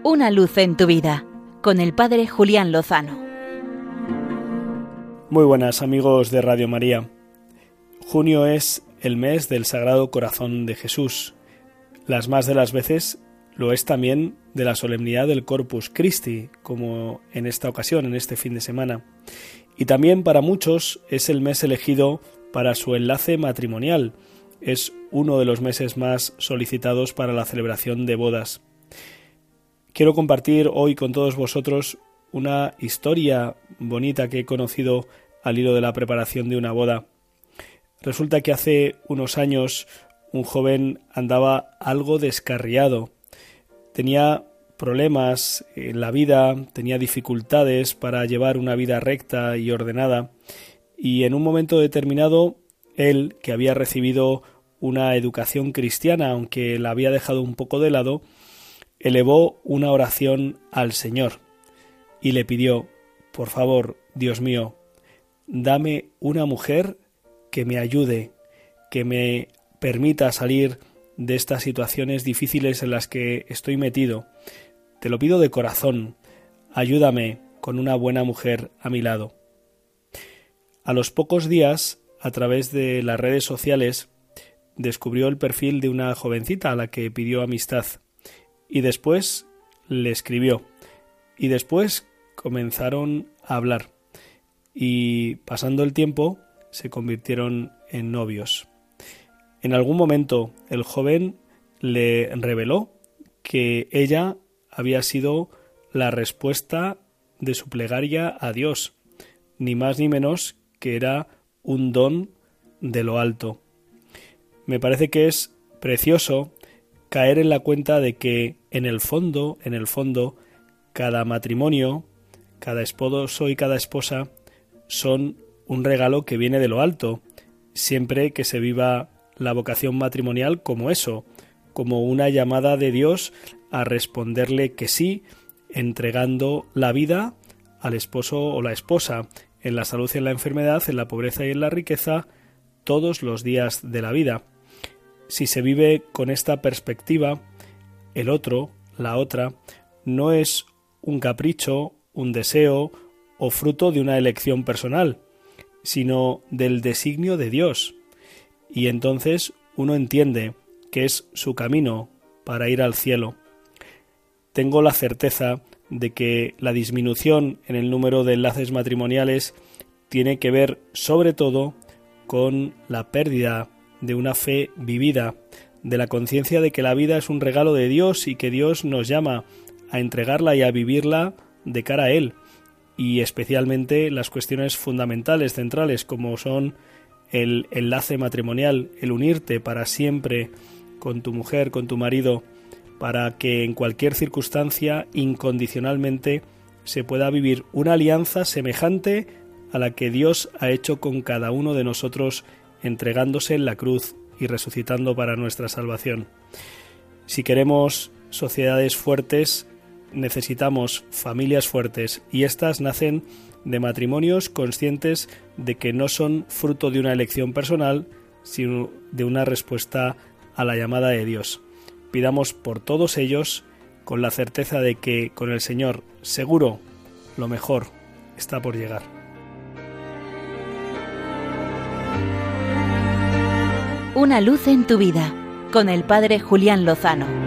Una luz en tu vida, con el Padre Julián Lozano. Muy buenas amigos de Radio María. Junio es el mes del Sagrado Corazón de Jesús. Las más de las veces lo es también de la solemnidad del Corpus Christi, como en esta ocasión, en este fin de semana. Y también para muchos es el mes elegido para su enlace matrimonial. Es uno de los meses más solicitados para la celebración de bodas. Quiero compartir hoy con todos vosotros una historia bonita que he conocido al hilo de la preparación de una boda. Resulta que hace unos años un joven andaba algo descarriado. Tenía problemas en la vida, tenía dificultades para llevar una vida recta y ordenada, y en un momento determinado él, que había recibido una educación cristiana, aunque la había dejado un poco de lado, elevó una oración al Señor y le pidió: por favor, Dios mío, dame una mujer que me ayude, que me permita salir de estas situaciones difíciles en las que estoy metido. Te lo pido de corazón, ayúdame con una buena mujer a mi lado. A los pocos días, a través de las redes sociales, descubrió el perfil de una jovencita a la que pidió amistad. Y después le escribió. Y después comenzaron a hablar. Y pasando el tiempo, se convirtieron en novios. En algún momento, el joven le reveló que ella había sido la respuesta de su plegaria a Dios. Ni más ni menos que era un don de lo alto. Me parece que es precioso caer en la cuenta de que en el fondo, cada matrimonio, cada esposo y cada esposa son un regalo que viene de lo alto, siempre que se viva la vocación matrimonial como eso, como una llamada de Dios a responderle que sí, entregando la vida al esposo o la esposa, en la salud y en la enfermedad, en la pobreza y en la riqueza, todos los días de la vida. Si se vive con esta perspectiva, el otro, la otra, no es un capricho, un deseo o fruto de una elección personal, sino del designio de Dios. Y entonces uno entiende que es su camino para ir al cielo. Tengo la certeza de que la disminución en el número de enlaces matrimoniales tiene que ver sobre todo con la pérdida de una fe vivida, de la conciencia de que la vida es un regalo de Dios y que Dios nos llama a entregarla y a vivirla de cara a Él, y especialmente las cuestiones fundamentales, centrales, como son el enlace matrimonial, el unirte para siempre con tu mujer, con tu marido, para que en cualquier circunstancia, incondicionalmente, se pueda vivir una alianza semejante a la que Dios ha hecho con cada uno de nosotros, entregándose en la cruz y resucitando para nuestra salvación. Si queremos sociedades fuertes, necesitamos familias fuertes, y estas nacen de matrimonios conscientes de que no son fruto de una elección personal, sino de una respuesta a la llamada de Dios. Pidamos por todos ellos, con la certeza de que con el Señor seguro lo mejor está por llegar. Una luz en tu vida, con el Padre Julián Lozano.